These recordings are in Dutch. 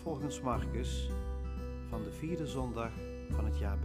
volgens Marcus van de 4e zondag van het jaar B.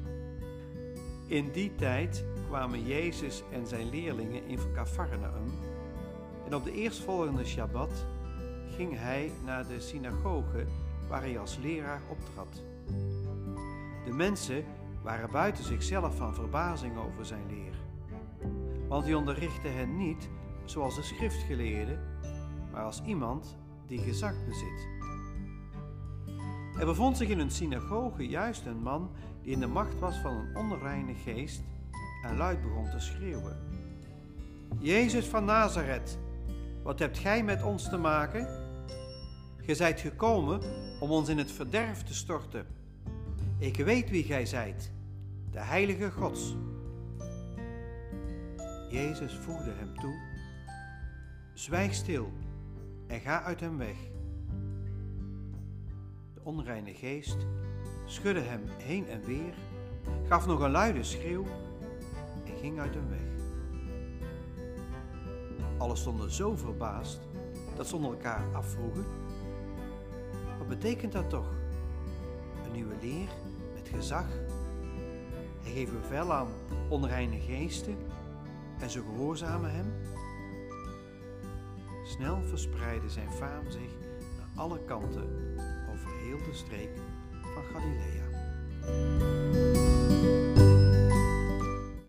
In die tijd kwamen Jezus en zijn leerlingen in Cafarnaum en op de eerstvolgende Shabbat ging hij naar de synagoge waar hij als leraar optrad. De mensen waren buiten zichzelf van verbazing over zijn leer, want hij onderrichtte hen niet zoals de schriftgeleerden, maar als iemand die gezag bezit. Er bevond zich in een synagoge juist een man die in de macht was van een onreine geest en luid begon te schreeuwen: Jezus van Nazareth, wat hebt gij met ons te maken? Gij zijt gekomen om ons in het verderf te storten. Ik weet wie gij zijt, de Heilige Gods. Jezus voegde hem toe: Zwijg stil en ga uit hem weg. De onreine geest schudde hem heen en weer, gaf nog een luide schreeuw en ging uit hem weg. Allen stonden zo verbaasd dat ze onder elkaar afvroegen: wat betekent dat toch? Een nieuwe leer met gezag? Hij geeft bevel aan onreine geesten en ze gehoorzamen hem? Snel verspreidde zijn faam zich naar alle kanten over heel de streek van Galilea.